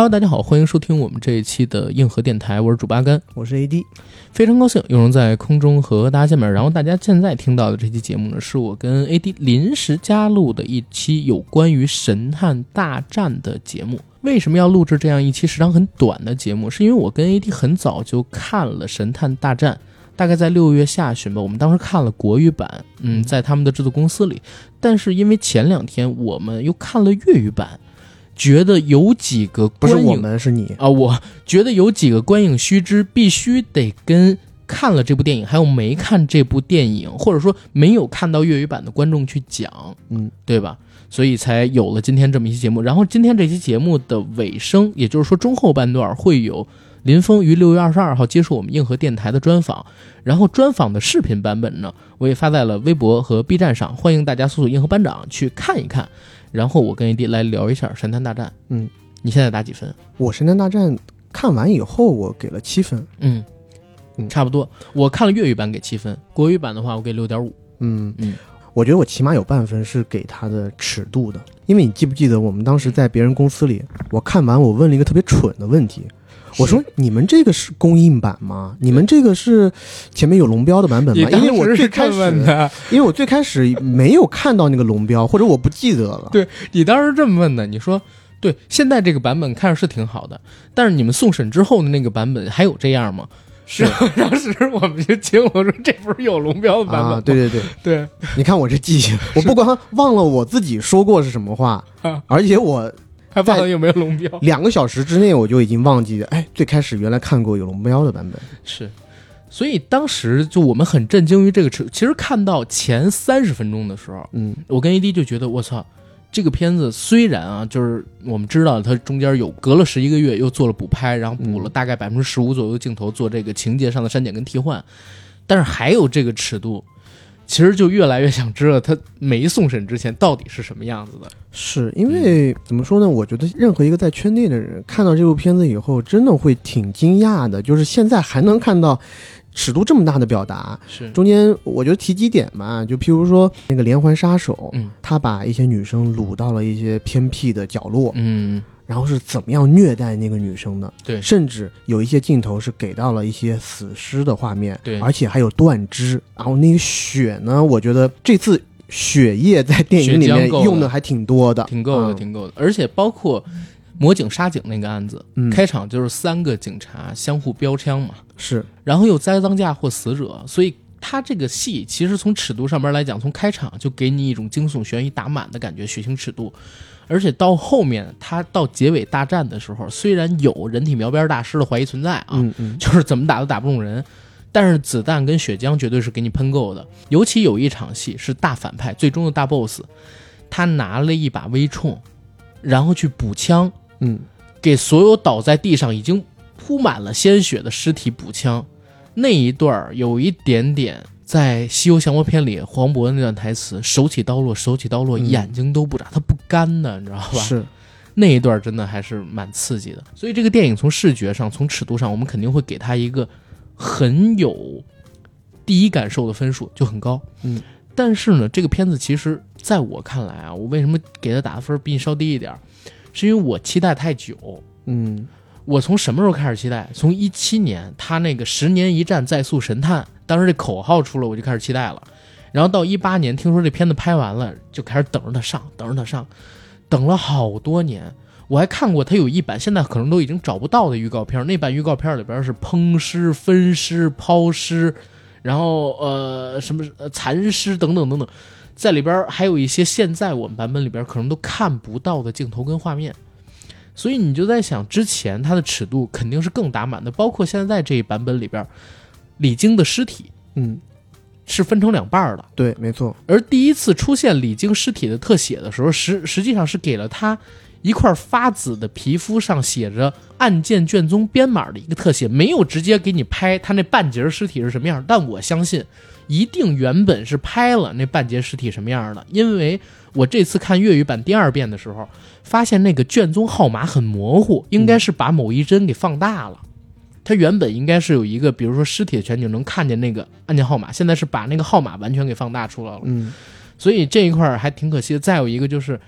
Hello， 大家好，欢迎收听我们这一期的硬核电台，我是主八竿， 我是 AD， 非常高兴有人在空中和大家见面。然后大家现在听到的这期节目呢，是我跟 AD 临时加录的一期有关于神探大战的节目。为什么要录制这样一期时长很短的节目？是因为我跟 AD 很早就看了神探大战，大概在6月下旬吧，我们当时看了国语版，在他们的制作公司里。但是因为前2天我们又看了粤语版，觉得有几个观影， 不是我们是你啊，我觉得有几个观影须知必须得跟看了这部电影还有没看这部电影或者说没有看到粤语版的观众去讲，对吧？所以才有了今天这么一期节目。然后今天这期节目的尾声，也就是说中后半段会有林峰于6月22号接受我们硬核电台的专访，然后专访的视频版本呢，我也发在了微博和 B 站上，欢迎大家搜索硬核班长去看一看。然后我跟 AD 来聊一下神探大战。你现在打几分？ 我神探大战看完以后我给了7分。 差不多。我看了粤语版给7分，国语版的话我给6.5。 我觉得我起码有半分是给它的尺度的，因为你记不记得我们当时在别人公司里，我看完我问了一个特别蠢的问题，我说你们这个是公映版吗？你们这个是前面有龙标的版本吗？因为我最开始没有看到那个龙标，或者我不记得了。 对，你当时这么问的，你说对，现在这个版本看着是挺好的，但是你们送审之后的那个版本还有这样吗？是，当时我们就惊了，说这不是有龙标的版本吗？对， 你看我这记性，我不光忘了我自己说过是什么话，而且我还忘了有没有龙标。 2个小时之内我就已经忘记了，最开始原来看过有龙标的版本。 是，所以当时就我们很震惊于这个其实看到前30分钟的时候，我跟 AD 就觉得我操，这个片子虽然啊，就是我们知道它中间有隔了11个月又做了补拍，然后补了大概15%左右的镜头做这个情节上的删减跟替换，但是还有这个尺度，其实就越来越想知道它没送审之前到底是什么样子的。 是因为怎么说呢，我觉得任何一个在圈内的人看到这部片子以后真的会挺惊讶的，就是现在还能看到尺度这么大的表达。 是中间我觉得提几点嘛，就譬如说那个连环杀手，他把一些女生掳到了一些偏僻的角落，然后是怎么样虐待那个女生的。 对， 甚至有一些镜头是给到了一些死尸的画面， 对， 而且还有断肢。然后那个血呢，我觉得这次血液在电影里面用的还挺多的， 挺够的，挺够的。而且包括魔警杀警那个案子，开场就是3个警察相互标枪嘛， 是， 然后又栽赃嫁祸死者，所以他这个戏其实从尺度上面来讲，从开场就给你一种惊悚悬疑打满的感觉，血腥尺度。而且到后面他到结尾大战的时候，虽然有人体描边大师的怀疑存在啊，就是怎么打都打不中人，但是子弹跟血浆绝对是给你喷够的。尤其有一场戏是大反派最终的大 boss， 他拿了一把微冲然后去补枪，给所有倒在地上已经铺满了鲜血的尸体补枪。那一段有一点点在《西游降魔篇》里黄渤那段台词，手起刀落手起刀落，眼睛都不眨，他不干的，你知道吧？ 是， 那一段真的还是蛮刺激的。所以这个电影从视觉上从尺度上，我们肯定会给他一个很有第一感受的分数，就很高。但是呢，这个片子其实在我看来啊，我为什么给他打的分比你稍低一点，是因为我期待太久。我从什么时候开始期待？从17年他那个10年一战再塑神探，当时这口号出了我就开始期待了。然后到18年听说这片子拍完了，就开始等着他上，等了好多年。我还看过他有一版现在可能都已经找不到的预告片，那版预告片里边是烹尸、分尸、抛尸，然后什么残尸等等等等，在里边还有一些现在我们版本里边可能都看不到的镜头跟画面。所以你就在想，之前它的尺度肯定是更打满的，包括现在这一版本里边李菁的尸体是分成2半的。 对，没错。 而第一次出现李菁尸体的特写的时候，实际上是给了他一块发紫的皮肤上写着案件卷宗编码的一个特写，没有直接给你拍他那半截尸体是什么样。但我相信一定原本是拍了那半截尸体什么样的，因为我这次看粤语版第2遍的时候，发现那个卷宗号码很模糊，应该是把某一帧给放大了。它原本应该是有一个，比如说尸体的全景能看见那个案件号码，现在是把那个号码完全给放大出来了。所以这一块还挺可惜的。再有一个就是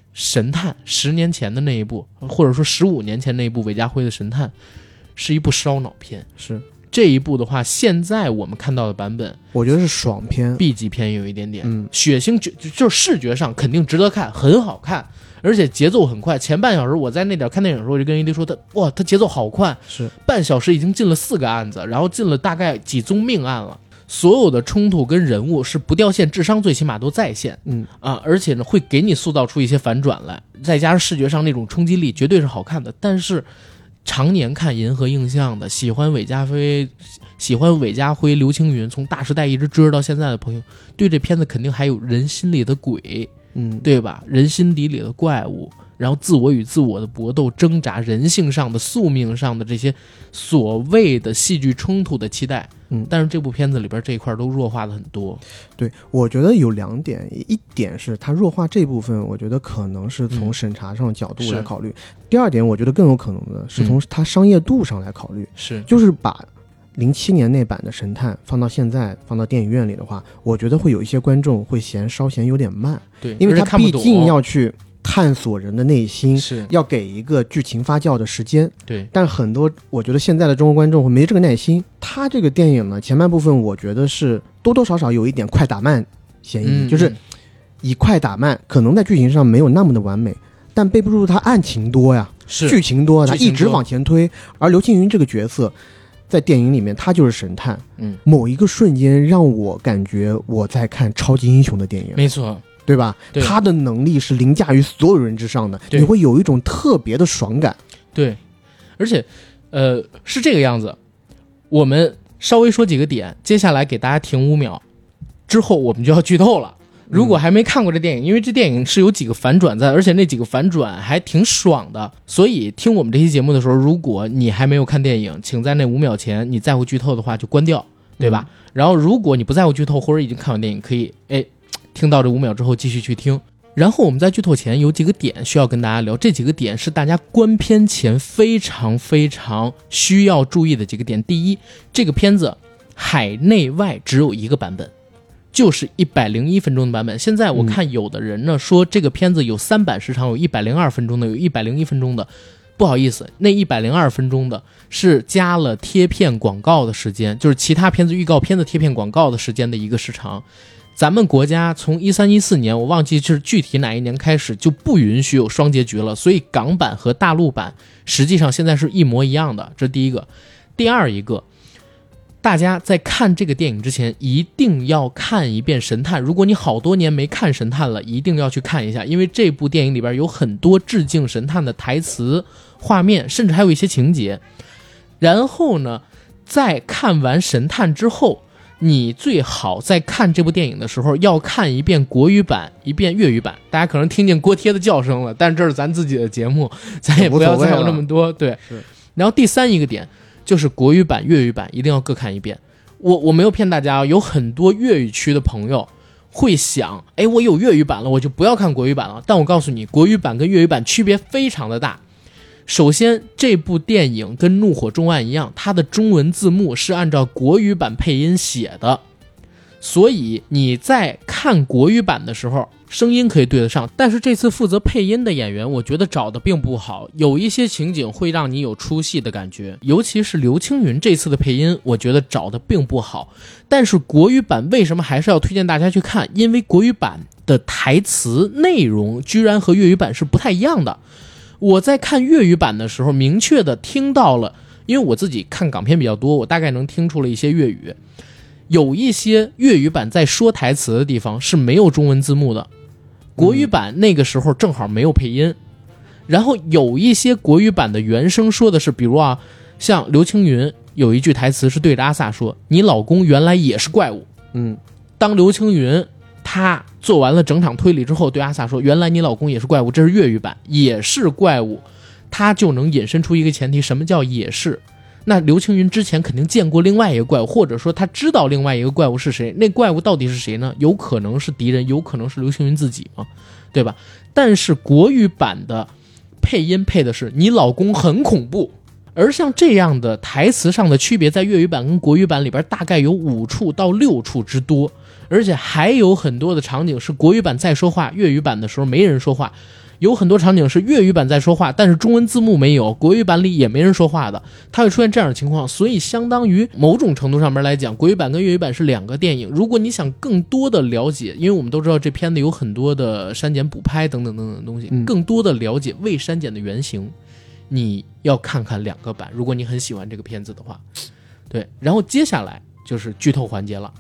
神探10年前的那一部，或者说15年前那一部韦家辉的神探，是一部烧脑片。 是这一部的话，现在我们看到的版本， 我觉得是爽片 B 级片有一点点，血腥就是视觉上肯定值得看，很好看，而且节奏很快。前半小时我在那点看电影的时候，我就跟AD说他节奏好快， 是半小时已经进了4个案子，然后进了大概几宗命案了。所有的冲突跟人物是不掉线，智商最起码都在线，而且呢会给你塑造出一些反转来，再加上视觉上那种冲击力，绝对是好看的。但是常年看银河映像的，喜欢韦家辉、刘青云，从大时代一直追到现在的朋友，对这片子肯定还有人心里的鬼，对吧？人心底里的怪物，然后自我与自我的搏斗、挣扎，人性上的、宿命上的这些所谓的戏剧冲突的期待。但是这部片子里边这一块都弱化了很多。 对，我觉得有2点，一点是它弱化这部分，我觉得可能是从审查上角度来考虑。第二点，我觉得更有可能的是从它商业度上来考虑，就是把07年那版的神探放到现在放到电影院里的话，我觉得会有一些观众会稍嫌有点慢， 对， 因为他毕竟要去探索人的内心， 是要给一个剧情发酵的时间。 对， 但很多我觉得现在的中国观众会没这个耐心。他这个电影呢，前半部分我觉得是多多少少有一点快打慢嫌疑，就是以快打慢，可能在剧情上没有那么的完美，但背不住他案情多呀，剧情多，他一直往前推。而刘青云这个角色在电影里面他就是神探，某一个瞬间让我感觉我在看超级英雄的电影。 没错， 对吧？ 对， 他的能力是凌驾于所有人之上的，你会有一种特别的爽感。 对，而且是这个样子。我们稍微说几个点，接下来给大家停5秒，之后我们就要剧透了。如果还没看过这电影，因为这电影是有几个反转在，而且那几个反转还挺爽的，所以听我们这期节目的时候，如果你还没有看电影，请在那5秒前你在乎剧透的话就关掉，对吧？然后如果你不在乎剧透或者已经看完电影，可以听到这5秒之后继续去听。然后我们在剧透前有几个点需要跟大家聊，这几个点是大家观片前非常非常需要注意的几个点。第一，这个片子海内外只有一个版本，就是101分钟的版本。现在我看有的人呢说这个片子有3版时长，有102分钟的，有101分钟的。不好意思，那102分钟的是加了贴片广告的时间，就是其他片子预告片的贴片广告的时间的一个时长。咱们国家从13、14年，我忘记是具体哪一年开始就不允许有双结局了，所以港版和大陆版实际上现在是一模一样的，这是第一个。第二一个，大家在看这个电影之前一定要看一遍神探，如果你好多年没看神探了，一定要去看一下，因为这部电影里边有很多致敬神探的台词、画面，甚至还有一些情节。然后呢，在看完神探之后，你最好在看这部电影的时候要看一遍国语版，一遍粤语版。大家可能听见锅贴的叫声了，但这是咱自己的节目，咱也不要在乎那么多。对，然后第三一个点就是国语版、粤语版一定要各看一遍。我没有骗大家，有很多粤语区的朋友会想，我有粤语版了，我就不要看国语版了。但我告诉你，国语版跟粤语版区别非常的大。首先，这部电影跟《怒火重案》一样，它的中文字幕是按照国语版配音写的，所以你在看国语版的时候，声音可以对得上。但是这次负责配音的演员，我觉得找的并不好，有一些情景会让你有出戏的感觉，尤其是刘青云这次的配音，我觉得找的并不好。但是国语版为什么还是要推荐大家去看？因为国语版的台词内容居然和粤语版是不太一样的。我在看粤语版的时候明确的听到了，因为我自己看港片比较多，我大概能听出了一些粤语，有一些粤语版在说台词的地方是没有中文字幕的，国语版那个时候正好没有配音。然后有一些国语版的原声说的是，比如像刘青云有一句台词是对着阿 sa 说，你老公原来也是怪物。当刘青云他做完了整场推理之后对阿 sa 说，原来你老公也是怪物，这是粤语版，也是怪物，他就能引申出一个前提，什么叫也是？那刘青云之前肯定见过另外一个怪物，或者说他知道另外一个怪物是谁，那怪物到底是谁呢？有可能是敌人，有可能是刘青云自己嘛，对吧？但是国语版的配音配的是你老公很恐怖，而像这样的台词上的区别在粤语版跟国语版里边大概有5处到6处之多，而且还有很多的场景是国语版在说话，粤语版的时候没人说话。 有很多场景是粤语版在说话，但是中文字幕没有，国语版里也没人说话的，它会出现这样的情况。所以相当于某种程度上面来讲，国语版跟粤语版是两个电影。如果你想更多的了解，因为我们都知道这片子有很多的删减补拍等等等等的东西，更多的了解未删减的原型，你要看看两个版，如果你很喜欢这个片子的话。对，然后接下来就是剧透环节了。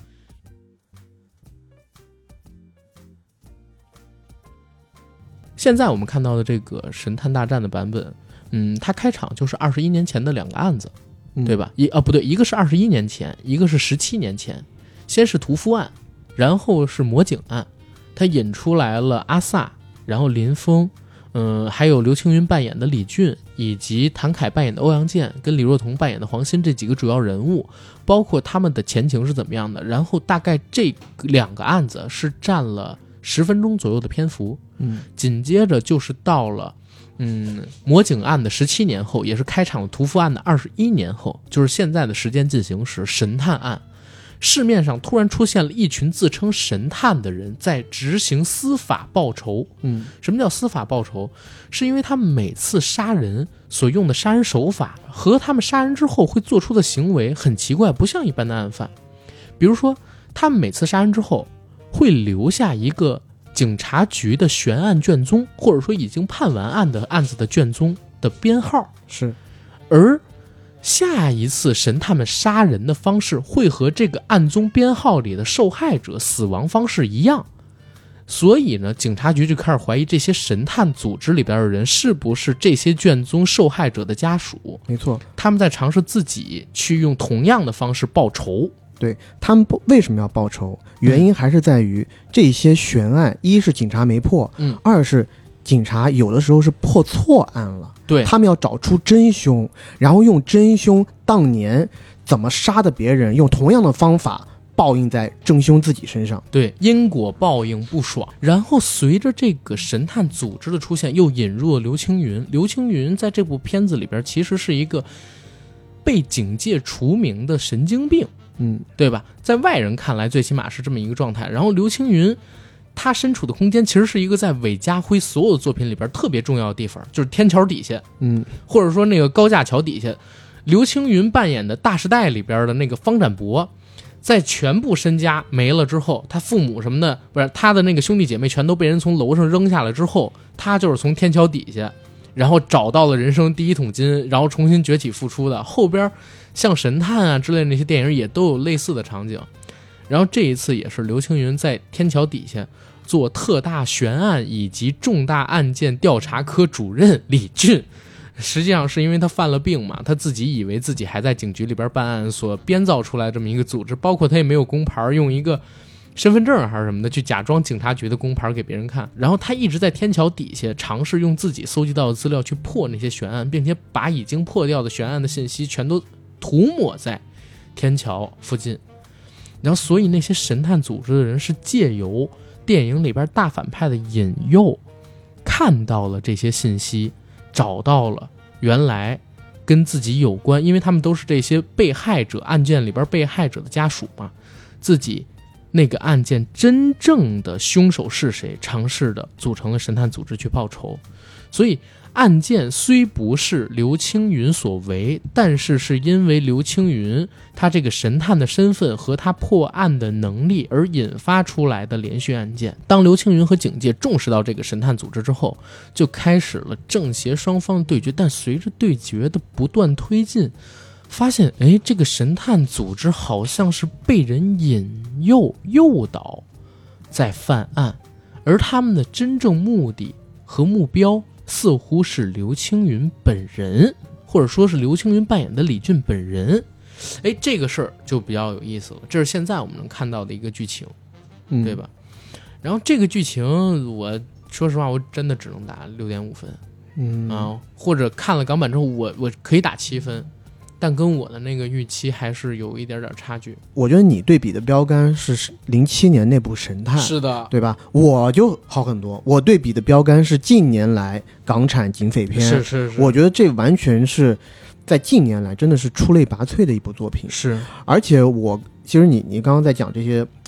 现在我们看到的这个神探大战的版本，它开场就是21年前的两个案子，对吧？不对，一个是21年前，一个是17年前。先是屠夫案，然后是魔警案，它引出来了阿萨，然后林峰，还有刘青云扮演的李俊，以及谭凯扮演的欧阳健，跟李若彤扮演的黄鑫这几个主要人物，包括他们的前情是怎么样的。然后大概这两个案子是占了10分钟左右的篇幅。紧接着就是到了魔警案的17年后，也是开场的屠夫案的21年后，就是现在的时间进行时，神探案市面上突然出现了一群自称神探的人在执行司法报仇。什么叫司法报仇？是因为他们每次杀人所用的杀人手法和他们杀人之后会做出的行为很奇怪，不像一般的案犯。比如说他们每次杀人之后会留下一个警察局的悬案卷宗，或者说已经判完案的案子的卷宗的编号， 是， 而下一次神探们杀人的方式会和这个案宗编号里的受害者死亡方式一样。所以呢，警察局就开始怀疑这些神探组织里边的人是不是这些卷宗受害者的家属。 没错， 他们在尝试自己去用同样的方式报仇。 对，他们为什么要报仇？原因还是在于这些悬案，一是警察没破，二是警察有的时候是破错案了。 对， 他们要找出真凶，然后用真凶当年怎么杀的别人，用同样的方法报应在真凶自己身上。 对，因果报应不爽。然后随着这个神探组织的出现，又引入了刘青云。刘青云在这部片子里边其实是一个被警界除名的神经病。对吧？在外人看来最起码是这么一个状态。然后刘青云他身处的空间其实是一个在韦家辉所有的作品里边特别重要的地方，就是天桥底下，或者说那个高架桥底下。刘青云扮演的大时代里边的那个方展博，在全部身家没了之后，他父母什么的，不是他的那个兄弟姐妹全都被人从楼上扔下来之后，他就是从天桥底下然后找到了人生第一桶金，然后重新崛起复出的。后边像神探啊之类的那些电影也都有类似的场景。然后这一次也是刘青云在天桥底下做特大悬案以及重大案件调查科主任李俊，实际上是因为他犯了病嘛，他自己以为自己还在警局里边办案，所编造出来这么一个组织，包括他也没有工牌，用一个身份证还是什么的去假装警察局的工牌给别人看。然后他一直在天桥底下尝试用自己搜集到的资料去破那些悬案，并且把已经破掉的悬案的信息全都涂抹在天桥附近。然后所以那些神探组织的人是借由电影里边大反派的引诱看到了这些信息，找到了原来跟自己有关，因为他们都是这些被害者案件里边被害者的家属嘛，自己那个案件真正的凶手是谁，尝试的组成了神探组织去报仇。所以案件虽不是刘青云所为，但是是因为刘青云他这个神探的身份和他破案的能力而引发出来的连续案件。当刘青云和警界重视到这个神探组织之后，就开始了正邪双方的对决。但随着对决的不断推进，发现这个神探组织好像是被人引诱导在犯案，而他们的真正目的和目标似乎是刘青云本人，或者说是刘青云扮演的李俊本人。这个事儿就比较有意思了，这是现在我们能看到的一个剧情，对吧？然后这个剧情我说实话我真的只能打6.5分，或者看了港版之后我可以打7分，但跟我的那个预期还是有一点点差距。 我觉得你对比的标杆是07年那部神探， 是的， 对吧？我就好很多，我对比的标杆是近年来港产警匪片， 是， 我觉得这完全是在近年来真的是出类拔萃的一部作品。 是， 而且其实你刚刚在讲这些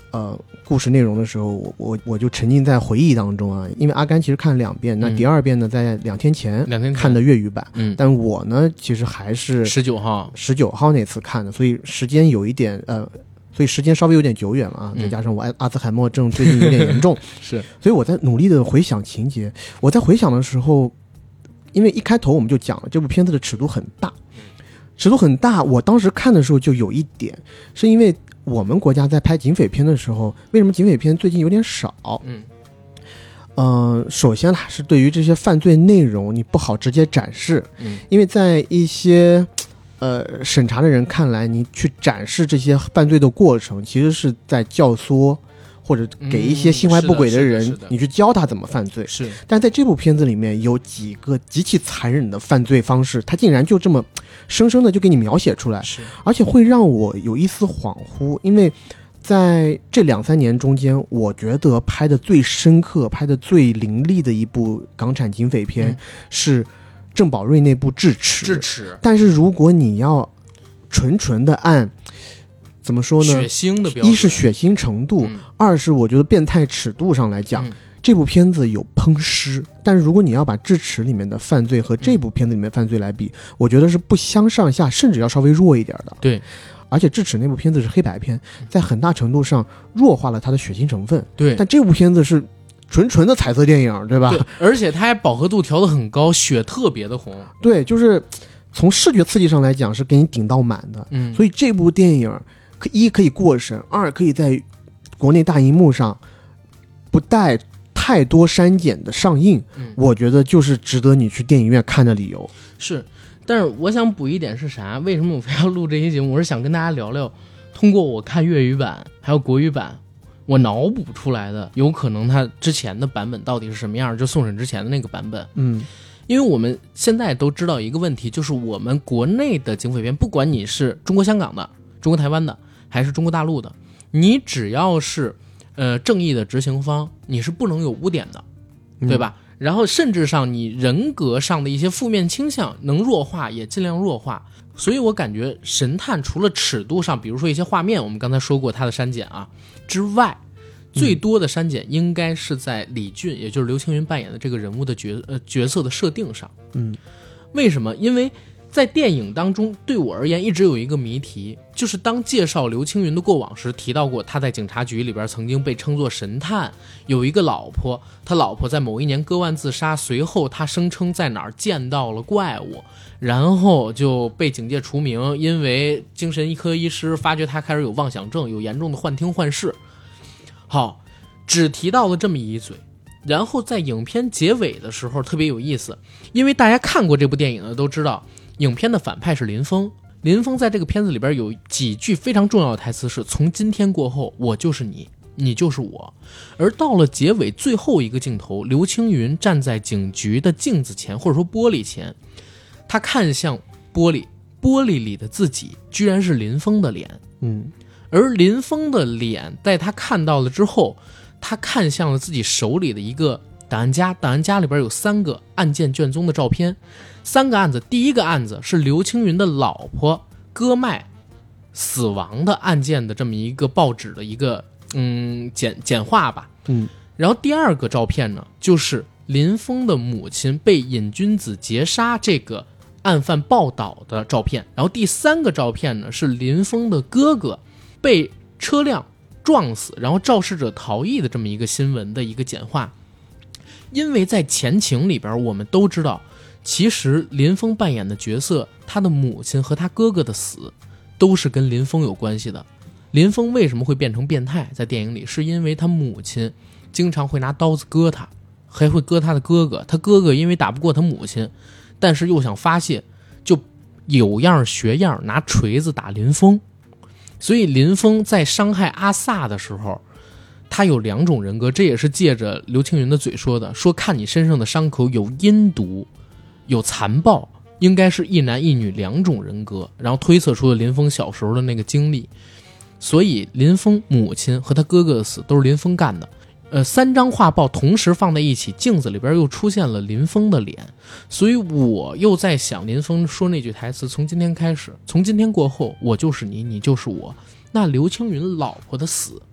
故事内容的时候，我就沉浸在回忆当中啊。因为阿甘其实看了2遍，那第2遍呢在2天前看的粤语版，但我呢其实还是19号那次看的，所以时间有一点所以时间稍微有点久远了啊，再加上我阿兹海默症最近有点严重， 是， 所以我在努力的回想情节。我在回想的时候，因为一开头我们就讲了这部片子的尺度很大，我当时看的时候就有一点，是因为我们国家在拍警匪片的时候，为什么警匪片最近有点少？首先是对于这些犯罪内容你不好直接展示，因为在一些审查的人看来，你去展示这些犯罪的过程，其实是在教唆或者给一些心怀不轨的人，你去教他怎么犯罪。 是， 但在这部片子里面有几个极其残忍的犯罪方式，他竟然就这么生生的就给你描写出来，而且会让我有一丝恍惚。因为在这2-3年中间，我觉得拍的最深刻、拍的最凌厉的一部港产警匪片是郑宝瑞那部智齿。但是如果你要纯的按怎么说呢， 血腥的标准， 一是血腥程度，二是我觉得变态尺度上来讲，这部片子有烹尸。但是如果你要把智齿里面的犯罪和这部片子里面犯罪来比，我觉得是不相上下，甚至要稍微弱一点的。 对， 而且智齿那部片子是黑白片，在很大程度上弱化了它的血腥成分。 对， 但这部片子是纯的彩色电影，对吧？ 对，而且它还饱和度调得很高，血特别的红。 对，就是从视觉刺激上来讲是给你顶到满的。所以这部电影可以过审，2可以在国内大荧幕上不带太多删减的上映，我觉得就是值得你去电影院看的理由。 是，但是我想补一点是啥？为什么我非要录这期节目？我是想跟大家聊聊，通过我看粤语版还有国语版，我脑补出来的有可能它之前的版本到底是什么样，就送审之前的那个版本。因为我们现在都知道一个问题，就是我们国内的警匪片，不管你是中国香港的、中国台湾的还是中国大陆的，你只要是正义的执行方，你是不能有污点的，对吧？然后甚至上你人格上的一些负面倾向能弱化也尽量弱化。所以我感觉神探除了尺度上，比如说一些画面我们刚才说过它的删减啊之外，最多的删减应该是在李俊，也就是刘青云扮演的这个人物的角色的设定上。为什么？因为在电影当中对我而言一直有一个谜题，就是当介绍刘青云的过往时提到过他在警察局里边曾经被称作神探，有一个老婆，他老婆在某一年割腕自杀，随后他声称在哪儿见到了怪物，然后就被警界除名，因为精神科医师发觉他开始有妄想症，有严重的幻听幻视。好，只提到了这么一嘴。然后在影片结尾的时候特别有意思，因为大家看过这部电影的都知道影片的反派是林峰。林峰在这个片子里边有几句非常重要的台词是：从今天过后，我就是你，你就是我。而到了结尾最后一个镜头，刘青云站在警局的镜子前，或者说玻璃前，他看向玻璃，玻璃里的自己居然是林峰的脸。而林峰的脸在他看到了之后，他看向了自己手里的一个档案夹，档案夹里边有3个案件卷宗的照片，3个案子，第一个案子是刘青云的老婆割脉死亡的案件的这么一个报纸的一个简化吧，然后第2个照片呢，就是林峰的母亲被瘾君子劫杀这个案犯报道的照片，然后第3个照片呢是林峰的哥哥被车辆撞死，然后肇事者逃逸的这么一个新闻的一个简化。因为在前情里边我们都知道，其实林峰扮演的角色，他的母亲和他哥哥的死都是跟林峰有关系的。林峰为什么会变成变态，在电影里是因为他母亲经常会拿刀子割他，还会割他的哥哥，他哥哥因为打不过他母亲，但是又想发泄，就有样学样拿锤子打林峰。所以林峰在伤害阿萨的时候，他有2种人格，这也是借着刘青云的嘴说的，说看你身上的伤口有阴毒有残暴，应该是一男一女2种人格，然后推测出了林峰小时候的那个经历。所以林峰母亲和他哥哥的死都是林峰干的。3张画报同时放在一起，镜子里边又出现了林峰的脸，所以我又在想林峰说那句台词，从今天开始，从今天过后，我就是你，你就是我。那刘青云老婆的死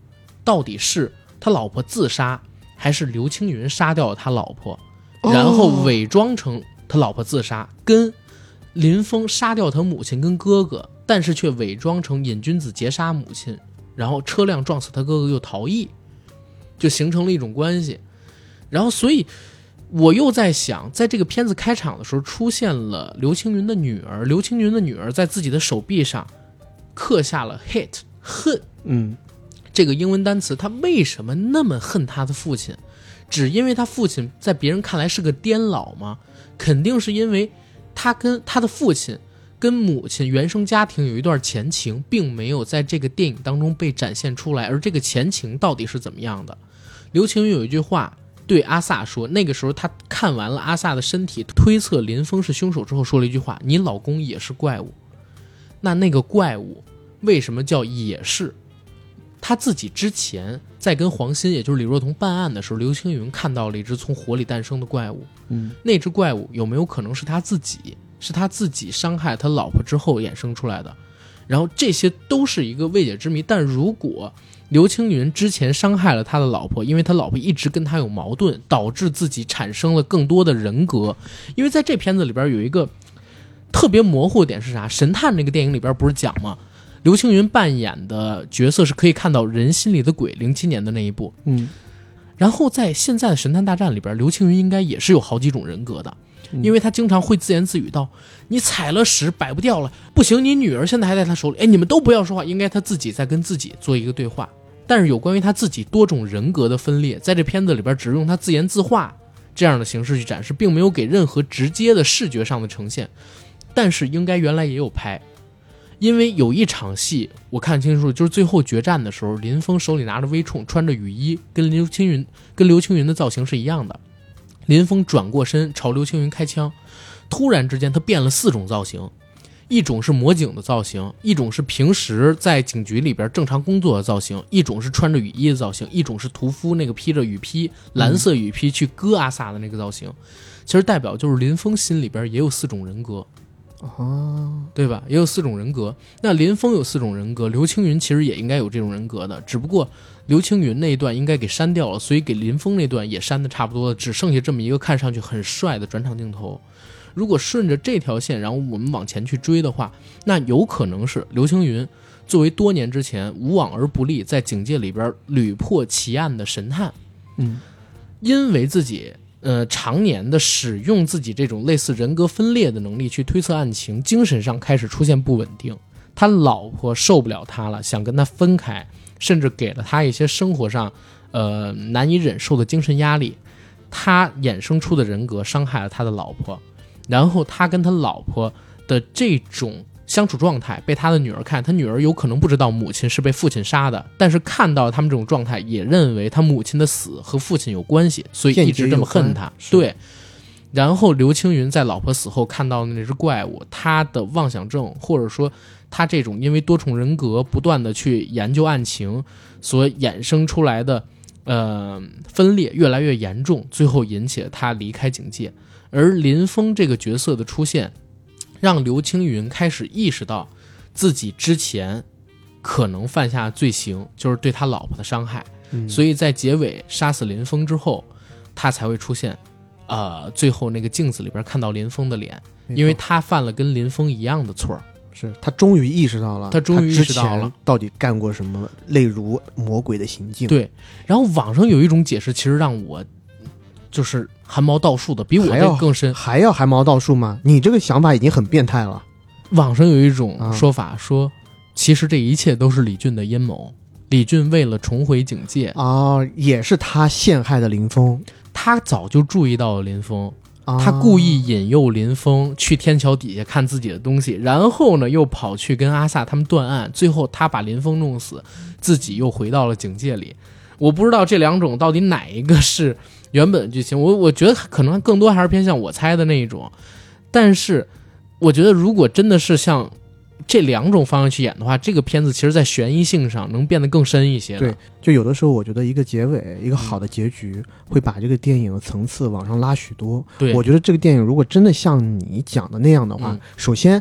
到底是他老婆自杀，还是刘青云杀掉了他老婆，然后伪装成他老婆自杀，跟林峰杀掉他母亲跟哥哥，但是却伪装成瘾君子劫杀母亲，然后车辆撞死他哥哥又逃逸，就形成了一种关系。然后所以我又在想，在这个片子开场的时候出现了刘青云的女儿，刘青云的女儿在自己的手臂上刻下了 hate 恨，这个英文单词。他为什么那么恨他的父亲？只因为他父亲在别人看来是个癫老吗？肯定是因为他跟他的父亲跟母亲原生家庭有一段前情，并没有在这个电影当中被展现出来。而这个前情到底是怎么样的？刘青云有一句话对阿萨说，那个时候他看完了阿萨的身体，推测林峰是凶手之后，说了一句话：你老公也是怪物。那个怪物为什么叫也是？他自己之前在跟黄鑫也就是李若彤办案的时候，刘青云看到了一只从火里诞生的怪物，那只怪物有没有可能是他自己？是他自己伤害他老婆之后衍生出来的？然后这些都是一个未解之谜。但如果刘青云之前伤害了他的老婆，因为他老婆一直跟他有矛盾，导致自己产生了更多的人格。因为在这片子里边有一个特别模糊的点是啥？神探那个电影里边不是讲吗？刘青云扮演的角色是可以看到人心里的鬼，07年的那一部。然后在现在的神探大战里边，刘青云应该也是有好几种人格的，因为他经常会自言自语到：你踩了屎摆不掉了，不行，你女儿现在还在他手里，你们都不要说话。应该他自己在跟自己做一个对话。但是有关于他自己多种人格的分裂，在这片子里边只用他自言自话这样的形式去展示，并没有给任何直接的视觉上的呈现。但是应该原来也有拍，因为有一场戏我看清楚，就是最后决战的时候，林峰手里拿着微冲，穿着雨衣，跟刘青云的造型是一样的。林峰转过身朝刘青云开枪，突然之间他变了4种造型，一种是魔警的造型，一种是平时在警局里边正常工作的造型，一种是穿着雨衣的造型，一种是屠夫那个披着雨披蓝色雨披去割阿萨的那个造型。其实代表就是林峰心里边也有4种人格，对吧？也有4种人格。那林峰有4种人格，刘青云其实也应该有这种人格的，只不过刘青云那一段应该给删掉了，所以给林峰那段也删的差不多了，只剩下这么一个看上去很帅的转场镜头。如果顺着这条线，然后我们往前去追的话，那有可能是刘青云作为多年之前无往而不利，在警界里边屡破奇案的神探，因为自己常年的使用自己这种类似人格分裂的能力去推测案情，精神上开始出现不稳定。他老婆受不了他了，想跟他分开，甚至给了他一些生活上难以忍受的精神压力。他衍生出的人格伤害了他的老婆，然后他跟他老婆的这种相处状态被他的女儿看，他女儿有可能不知道母亲是被父亲杀的，但是看到他们这种状态也认为他母亲的死和父亲有关系，所以一直这么恨他。对。然后刘青云在老婆死后看到的那只怪物，他的妄想症，或者说他这种因为多重人格不断的去研究案情所衍生出来的分裂越来越严重，最后引起了他离开警界。而林峰这个角色的出现，让刘青云开始意识到自己之前可能犯下罪行，就是对他老婆的伤害。所以在结尾杀死林峰之后，他才会出现最后那个镜子里边看到林峰的脸，因为他犯了跟林峰一样的错。 是他终于意识到了， 他终于意识到了到底干过什么类如魔鬼的行径。 对，然后网上有一种解释，其实让我就是汗毛倒竖的，比我这个更深。 还要汗毛倒竖吗？你这个想法已经很变态了。 网上有一种说法说，其实这一切都是李俊的阴谋。李俊为了重回警界也是他陷害的林峰。 他早就注意到了林峰，他故意引诱林峰去天桥底下看自己的东西，然后呢又跑去跟阿萨他们断案，最后他把林峰弄死，自己又回到了警界里。我不知道这两种到底哪一个是原本的剧情，我觉得可能更多还是偏向我猜的那一种。但是我觉得如果真的是像这两种方向去演的话，这个片子其实在悬疑性上能变得更深一些。 对，就有的时候我觉得一个结尾，一个好的结局会把这个电影的层次往上拉许多。 对， 我觉得这个电影如果真的像你讲的那样的话，首先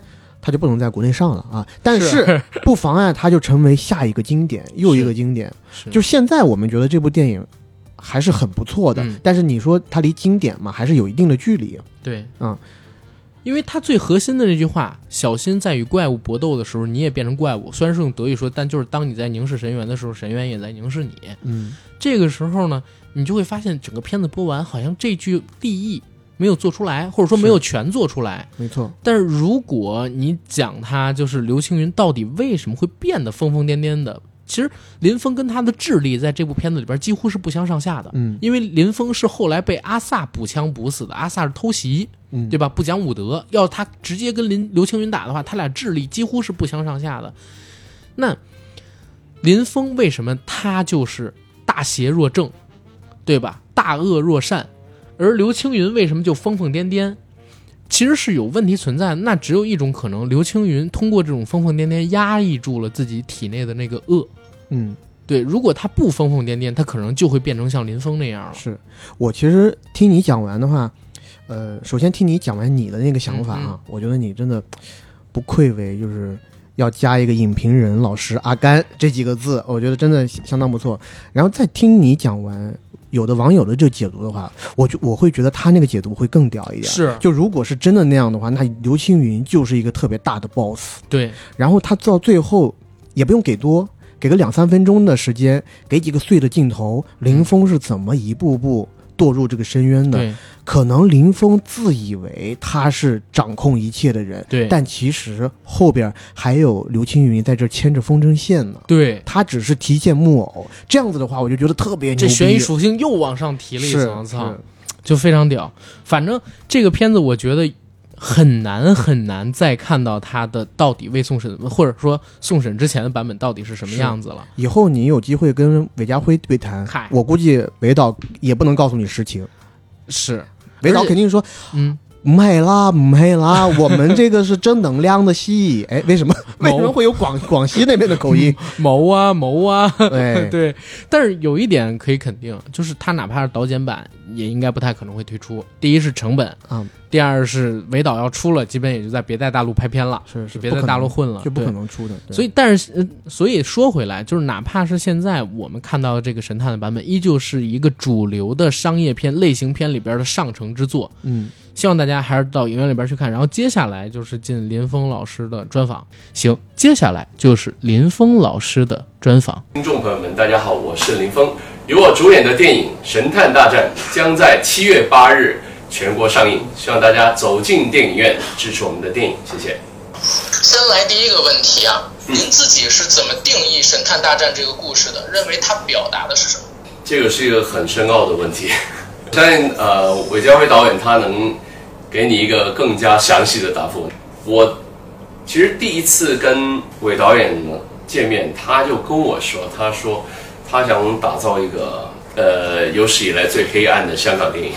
它就不能在国内上了啊。但是不妨碍它就成为下一个经典，又一个经典。就现在我们觉得这部电影还是很不错的，但是你说它离经典嘛，还是有一定的距离。 对，因为它最核心的那句话，小心在与怪物搏斗的时候你也变成怪物，虽然是用德语说，但就是当你在凝视神原的时候，神原也在凝视你。这个时候呢，你就会发现整个片子播完，好像这句立意没有做出来，或者说没有全做出来。 没错。 但是如果你讲他就是刘青云到底为什么会变得疯疯癫癫的，其实林峰跟他的智力在这部片子里边几乎是不相上下的。因为林峰是后来被阿萨补枪补死的，阿萨是偷袭，对吧？不讲武德，要他直接跟刘青云打的话，他俩智力几乎是不相上下的。那林峰为什么他就是大邪若正，对吧？大恶若善，而刘青云为什么就疯疯癫癫？其实是有问题存在的。那只有一种可能，刘青云通过这种疯疯癫癫压抑住了自己体内的那个恶。对，如果他不疯疯癫癫，他可能就会变成像林峰那样了。 是我其实听你讲完的话，首先听你讲完你的那个想法啊，我觉得你真的不愧为就是要加一个影评人老师阿甘这几个字，我觉得真的相当不错。然后再听你讲完有的网友的这解读的话，我会觉得他那个解读会更屌一点。 是， 就如果是真的那样的话，那刘青云就是一个特别大的 boss。 对， 然后他到最后也不用给多，给个2-3分钟的时间，给几个碎的镜头，林峰是怎么一步步堕入这个深渊的。可能林峰自以为他是掌控一切的人， 对， 但其实后边还有刘青云在这牵着风筝线呢。 对， 他只是提线木偶。这样子的话，我就觉得特别牛逼， 这悬疑属性又往上提了一层，操，就非常屌。反正这个片子我觉得很难再看到他的到底未送审，或者说送审之前的版本到底是什么样子了。 以后你有机会跟韦家辉对谈，我估计韦导也不能告诉你实情。 是， 韦导肯定说，唔系啦，我们这个是正能量的戏。哎，为什么会有广西那边的口音？ 谋啊， 对对。但是有一点可以肯定，就是他哪怕是导剪版，也应该不太可能会推出。第一是成本第二是韦导要出了，基本也就在别在大陆拍片了， 是别在大陆混了， 就不可能出的。 所以说回来，就是哪怕是现在我们看到的这个神探的版本，依旧是一个主流的商业片类型片里边的上乘之作。希望大家还是到影院里边去看。然后接下来就是进林峰老师的专访。行，接下来就是林峰老师的专访。 听众朋友们，大家好，我是林峰。由我主演的电影《神探大战》将在7月8日全国上映，希望大家走进电影院支持我们的电影，谢谢。 先来第一个问题啊，您自己是怎么定义《神探大战》这个故事的？认为它表达的是什么？ 这个是一个很深奥的问题，相信韦家辉导演他能给你一个更加详细的答复。我其实第一次跟韦导演见面，他就跟我说，他想打造一个有史以来最黑暗的香港电影。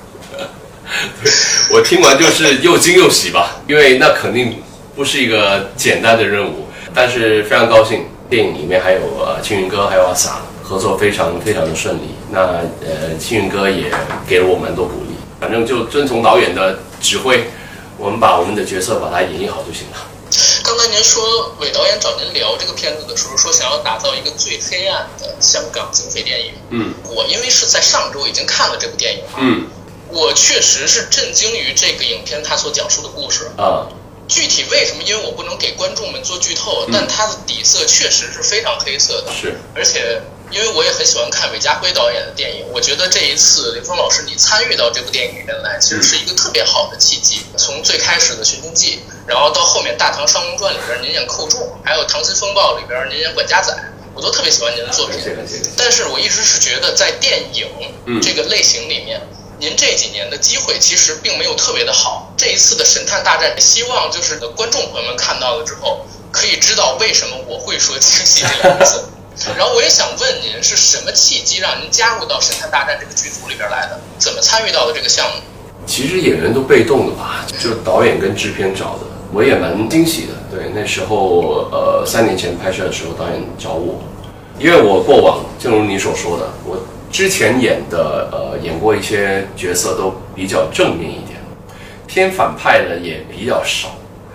我听完就是又惊又喜吧，因为那肯定不是一个简单的任务，但是非常高兴，电影里面还有青云哥还有阿 sa 合作非常非常的顺利。那青云哥也给了我蛮多鼓励，反正就遵从导演的指挥，我们把我们的角色把它演绎好就行了。 刚才您说韦导演找您聊这个片子的时候，说想要打造一个最黑暗的香港警匪电影。我因为是在上周已经看了这部电影我确实是震惊于这个影片它所讲述的故事具体为什么？因为我不能给观众们做剧透，但它的底色确实是非常黑色的。 是， 而且因为我也很喜欢看韦家辉导演的电影，我觉得这一次林峰老师你参与到这部电影里面来，其实是一个特别好的契机。从最开始的《寻秦记》，然后到后面《大唐双龙传》里边您演寇仲，还有《溏心风暴》里边您演管家仔，我都特别喜欢您的作品。但是我一直是觉得在电影这个类型里面，您这几年的机会其实并没有特别的好。这一次的神探大战，希望就是观众朋友们看到了之后，可以知道为什么我会说惊喜这两个字。然后我也想问您，是什么契机让您加入到神探大战这个剧组里边来的？怎么参与到的这个项目？ 其实演员都被动的吧，就导演跟制片找的，我也蛮惊喜的。对，那时候3年前拍摄的时候，导演找我，因为我过往正如你所说的，我之前演过一些角色都比较正面一点，偏反派的也比较少。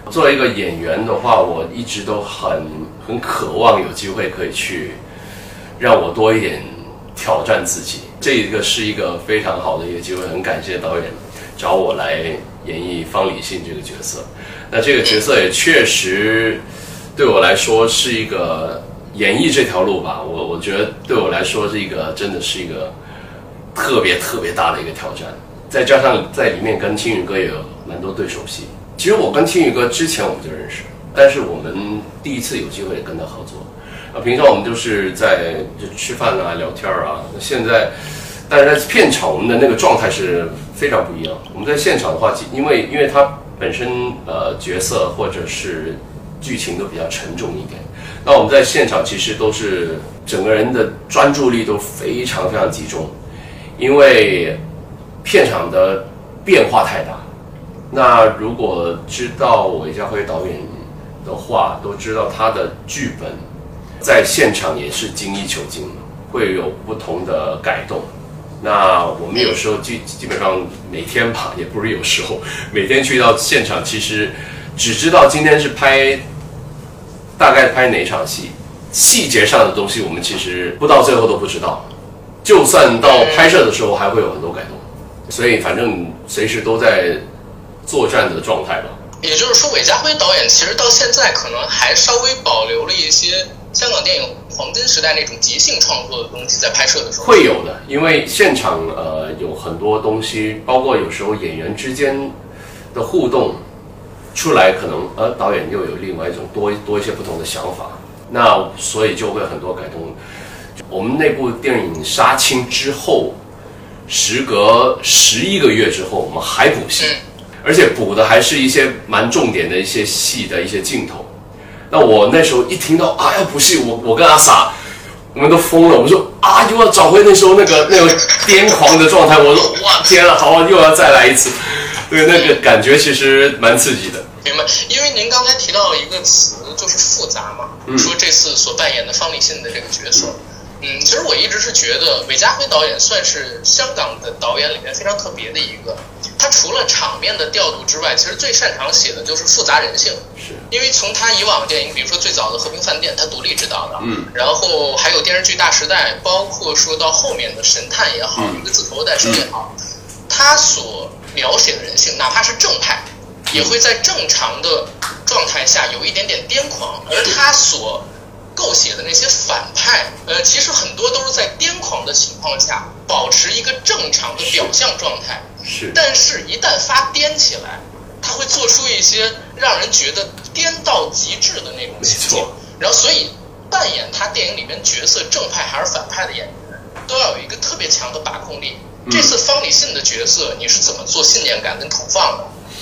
作为一个演员的话，我一直都很渴望有机会可以去让我多一点挑战自己。这一个是一个非常好的一个机会，很感谢导演找我来演绎方礼信这个角色。那这个角色也确实对我来说是一个演绎这条路吧，我觉得对我来说是一个真的是一个特别大的一个挑战。再加上在里面跟青宇哥也有蛮多对手戏。其实我跟青宇哥之前我们就认识，但是我们第一次有机会跟他合作。平常我们就是就吃饭啊、聊天啊。现在，但是在片场我们的那个状态是非常不一样。我们在现场的话，因为他本身角色或者是剧情都比较沉重一点，那我们在现场其实都是整个人的专注力都非常集中，因为片场的变化太大。那如果知道韦家辉导演的话，都知道他的剧本在现场也是精益求精，会有不同的改动。那我们有时候基本上每天吧，也不是有时候，每天去到现场，其实只知道今天是大概拍哪场戏，细节上的东西我们其实不到最后都不知道。就算到拍摄的时候，还会有很多改动，所以反正随时都在作战的状态吧。 也就是说，韦家辉导演其实到现在可能还稍微保留了一些香港电影黄金时代那种即兴创作的东西，在拍摄的时候会有的，因为现场有很多东西，包括有时候演员之间的互动出来，可能导演又有另外一种多一些不同的想法，那所以就会很多改动。我们那部电影杀青之后，时隔11个月之后，我们还补戏。而且补的还是一些蛮重点的一些戏的一些镜头。那我那时候一听到要补戏，我跟阿 sa 我们都疯了。我说又要找回那时候那个癫狂的状态。我说哇天啊，好，又要再来一次。对，那个感觉其实蛮刺激的。 明白，因为您刚才提到一个词，就是复杂嘛，说这次所扮演的方礼信的这个角色。其实我一直是觉得韦家辉导演算是香港的导演里面非常特别的一个。他除了场面的调度之外，其实最擅长写的就是复杂人性。 是， 因为从他以往的电影，比如说最早的《和平饭店》，他独立执导的，然后还有电视剧《大时代》，包括说到后面的《神探》也好，一个字头的诞生也好，他所描写的人性，哪怕是正派，也会在正常的状态下有一点点癫狂，而他所构写的那些反派，其实很多都是在癫狂的情况下保持一个正常的表象状态。 是， 但是一旦发癫起来，他会做出一些让人觉得颠到极致的那种情境。然后，所以扮演他电影里面角色正派还是反派的演员，都要有一个特别强的把控力。这次方礼信的角色，你是怎么做信念感跟投放的？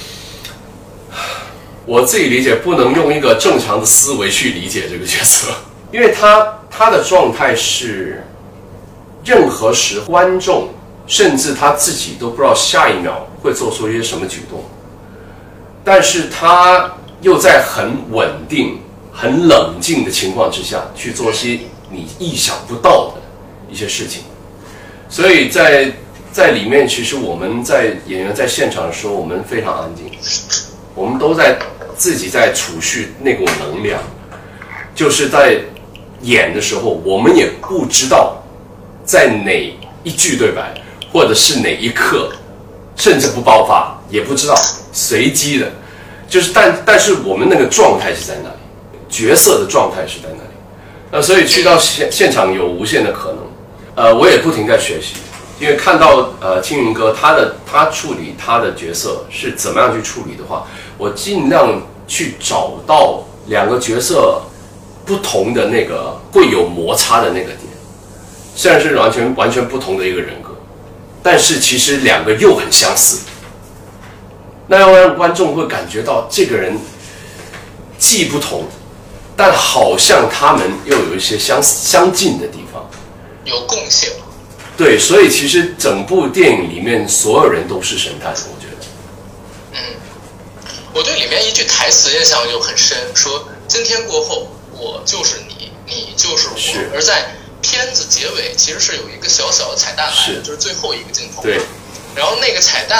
我自己理解，不能用一个正常的思维去理解这个角色，因为他的状态是，任何时观众甚至他自己都不知道下一秒会做出一些什么举动，但是他又在很稳定、很冷静的情况之下去做些你意想不到的一些事情，所以在里面，其实我们演员在现场的时候，我们非常安静，我们都在自己在储蓄那股能量，就是在演的时候，我们也不知道在哪一句对白，或者是哪一刻，甚至不爆发，也不知道，随机的，就是但是我们那个状态是在那里，角色的状态是在那里，那所以去到现场有无限的可能，我也不停在学习。因为看到青云哥他处理他的角色是怎么样去处理的话，我尽量去找到两个角色不同的那个会有摩擦的那个点，虽然是完全不同的一个人格，但是其实两个又很相似，那要让观众会感觉到这个人既不同，但好像他们又有一些相近的地方， 有共性。 对，所以其实整部电影里面所有人都是神探，我觉得。 我对里面一句台词印象就很深，说今天过后我就是你，你就是我。 是。 而在片子结尾其实是有一个小小的彩蛋来的，就是最后一个镜头。 对。 然后那个彩蛋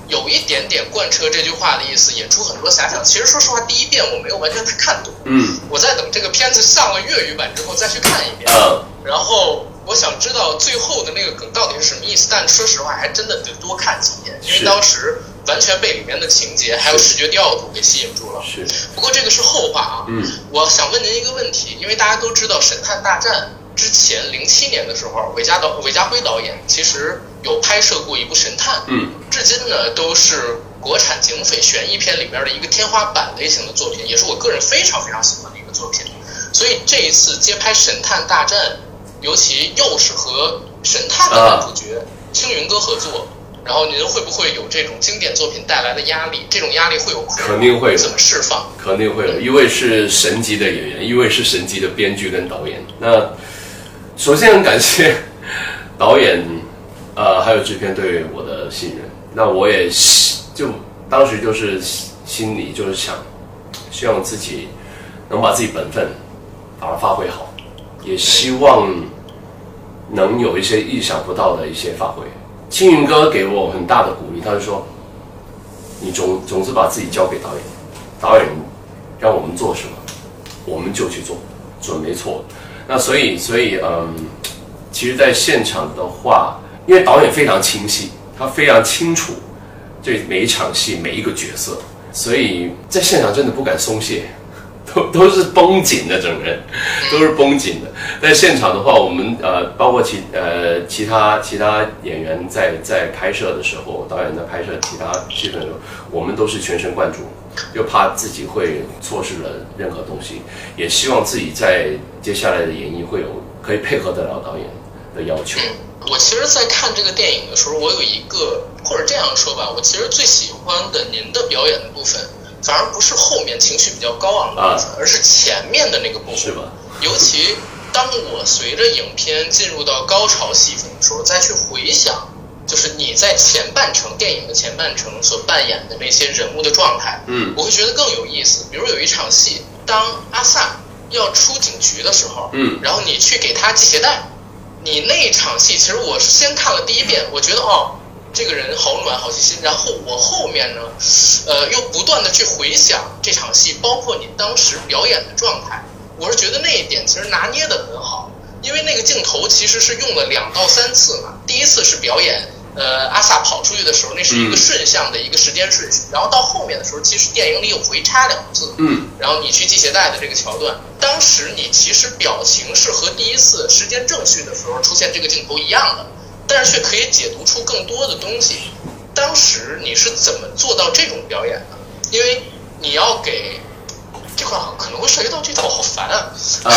有一点点贯彻这句话的意思，演出很多遐想。其实说实话，第一遍我没有完全看懂，我在等这个片子上了粤语版之后再去看一遍，然后我想知道最后的那个梗到底是什么意思。但说实话，还真的得多看几遍，因为当时完全被里面的情节还有视觉调度给吸引住了。 是， 不过这个是后话啊。我想问您一个问题，因为大家都知道《神探大战》之前07年的时候，韦家辉导演其实有拍摄过一部神探，至今呢都是国产警匪悬疑片里面的一个天花板类型的作品，也是我个人非常非常喜欢的一个作品。所以这一次接拍《神探大战》，尤其又是和神探的男主角青云哥合作，然后您会不会有这种经典作品带来的压力？这种压力会有肯定会怎么释放？ 肯定会有，一位是神级的演员，一位是神级的编剧跟导演。那首先很感谢导演还有制片对我的信任。那我也就当时就是心里就是想，希望自己能把自己本分把它发挥好，也希望能有一些意想不到的一些发挥。青云哥给我很大的鼓励，他就说：“你总是把自己交给导演，导演让我们做什么，我们就去做，准没错。”那所以其实，在现场的话，因为导演非常清晰，他非常清楚这每一场戏每一个角色，所以在现场真的不敢松懈。都是绷紧的，整个人都是绷紧的。在现场的话，我们包括其他演员在拍摄的时候，导演在拍摄其他戏份的时候，我们都是全神贯注，又怕自己会错失了任何东西，也希望自己在接下来的演绎会有可以配合得了导演的要求。 我其实，在看这个电影的时候，我有一个，或者这样说吧，我其实最喜欢的您的表演的部分。反而不是后面情绪比较高昂的部分，而是前面的那个部分。 是吧？ 尤其当我随着影片进入到高潮戏份的时候，再去回想，就是你在电影的前半程所扮演的那些人物的状态，我会觉得更有意思。比如有一场戏，当阿萨要出警局的时候，然后你去给他系鞋带，你那一场戏，其实我先看了第一遍，我觉得这个人好暖好细心，然后我后面呢，又不断的去回想这场戏，包括你当时表演的状态，我是觉得那一点其实拿捏的很好，因为那个镜头其实是用了2到3次嘛，第一次是表演阿萨跑出去的时候，那是一个顺向的一个时间顺序，然后到后面的时候，其实电影里有回插2次，然后你去系鞋带的这个桥段，当时你其实表情是和第一次时间正序的时候出现这个镜头一样的。但是却可以解读出更多的东西。当时你是怎么做到这种表演的？因为你要给这块可能会涉及到剧透，好烦啊！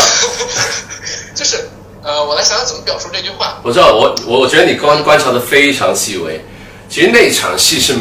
就是我来想想怎么表述这句话。 我知道，我觉得你观察的非常细微。其实那场戏是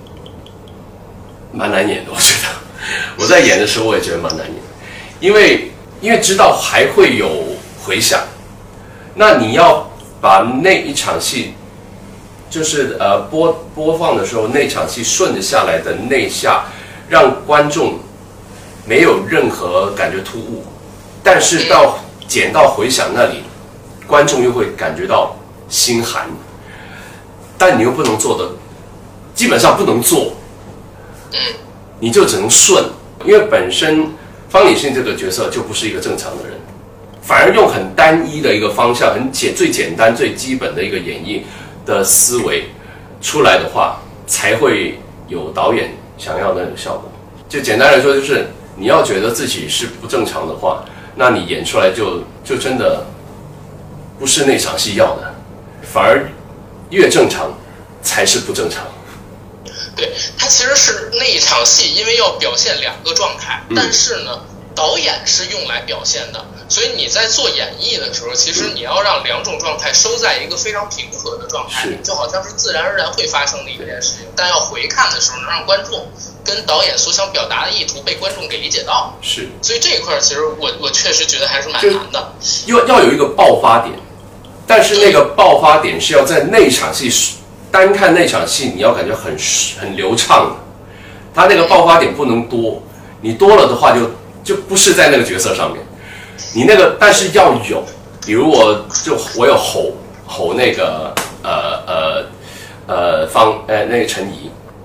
蛮难演的，我觉得我在演的时候我也觉得蛮难演，因为知道还会有回响，那你要把那一场戏，就是播放的时候，那场戏顺着下来的那下，让观众没有任何感觉突兀，但是剪到回响那里，观众又会感觉到心寒，但你又不能做的，基本上不能做，你就只能顺，因为本身方礼信这个角色就不是一个正常的人。反而用很单一的一个方向，最简单、最基本的一个演绎的思维出来的话，才会有导演想要的那种效果。就简单来说，就是你要觉得自己是不正常的话，那你演出来就真的不是那场戏要的，反而越正常才是不正常。 对，它其实是那一场戏，因为要表现2个状态，但是呢，导演是用来表现的。所以你在做演绎的时候，其实你要让2种状态收在一个非常平和的状态里，就好像是自然而然会发生的一件事情。但要回看的时候，能让观众跟导演所想表达的意图被观众给理解到。 是， 所以这一块其实我确实觉得还是蛮难的。 要有一个爆发点，但是那个爆发点是要在那场戏，单看那场戏你要感觉很流畅的，它那个爆发点不能多，你多了的话就不是在那个角色上面。你那个，但是要有，比如我有吼那个那个陈怡，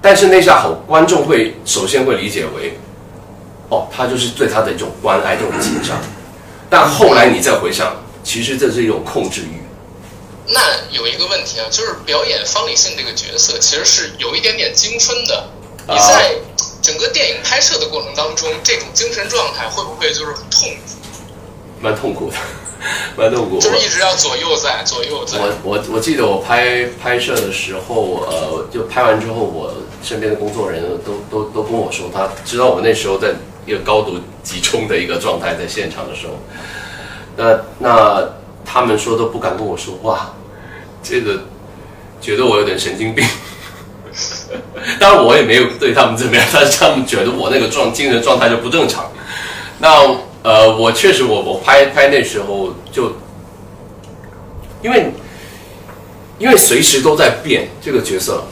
但是那下好，观众会首先会理解为，哦，他就是对他的一种关爱，这种紧张。但后来你再回想，其实这是一种控制欲。 那有一个问题啊，就是表演方力信这个角色其实是有一点点精分的。你在整个电影拍摄的过程当中，这种精神状态会不会就是很痛苦？ 蛮痛苦的，蛮痛苦的。 就是一直要左右在。 我记得我拍摄的时候，就拍完之后，我身边的工作人员都跟我说，他知道我那时候在一个高度集中的一个状态，在现场的时候，那他们说都不敢跟我说话，这个觉得我有点神经病。当然我也没有对他们怎么样，但是他们觉得我那个精神状态就不正常。那我确实我拍那时候就因为随时都在变这个角色，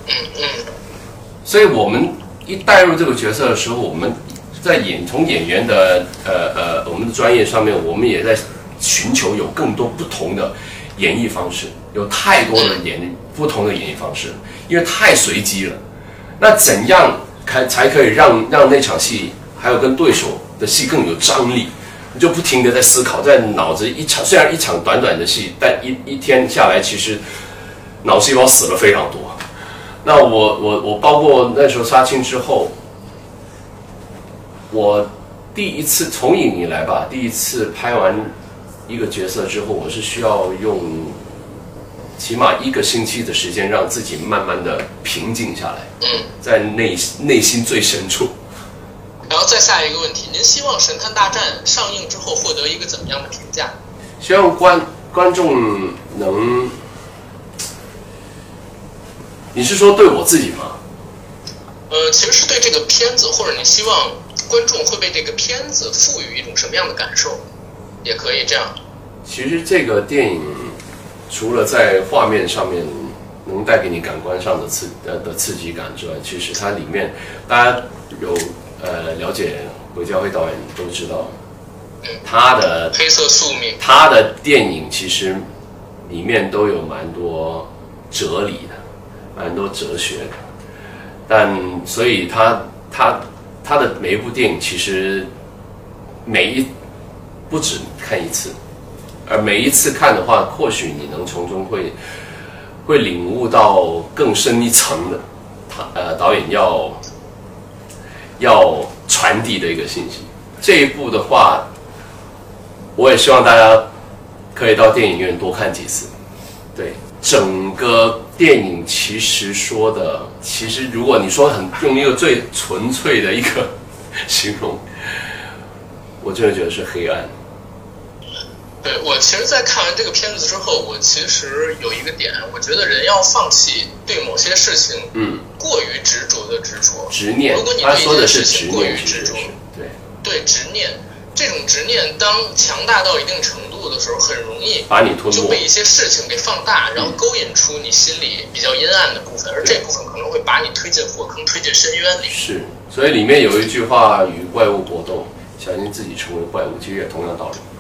所以我们一带入这个角色的时候，我们在从演员的我们的专业上面，我们也在寻求有更多不同的演绎方式，有太多的不同的演绎方式，因为太随机了。那怎样才可以让那场戏还有跟对手的戏更有张力？你就不停的在思考，在脑子虽然一场短短的戏，但一天下来，其实脑细胞死了非常多。那我包括那时候杀青之后，我第一次从影以来吧，第一次拍完一个角色之后，我是需要用起码1个星期的时间，让自己慢慢的平静下来，在内心最深处。 然后再下一个问题，您希望《神探大战》上映之后获得一个怎么样的评价？ 希望观众能，你是说对我自己吗？ 其实是对这个片子，或者你希望观众会被这个片子赋予一种什么样的感受，也可以这样。 其实这个电影除了在画面上面能带给你感官上的刺激感之外，其实它里面大家有了解韦家辉导演都知道，他的黑色宿命， 他的电影其实里面都有蛮多哲理的，蛮多哲学的，但所以他的每一部电影其实不止看一次，而每一次看的话，或许你能从中会领悟到更深一层的导演要传递的一个信息。这一部的话，我也希望大家可以到电影院多看几次。对，整个电影其实如果你说用一个最纯粹的一个形容，我真的觉得是黑暗。 对，我其实在看完这个片子之后，我其实有一个点，我觉得人要放弃对某些事情过于执着的执着。 执念， 如果你对一件事情过于执着，对执念，这种执念当强大到一定程度的时候，很容易把你吞没， 就被一些事情给放大，然后勾引出你心里比较阴暗的部分，而这部分可能会把你推进火坑，推进深渊里。 是，所以里面有一句话：与怪物搏斗，小心自己成为怪物。其实也同样道理。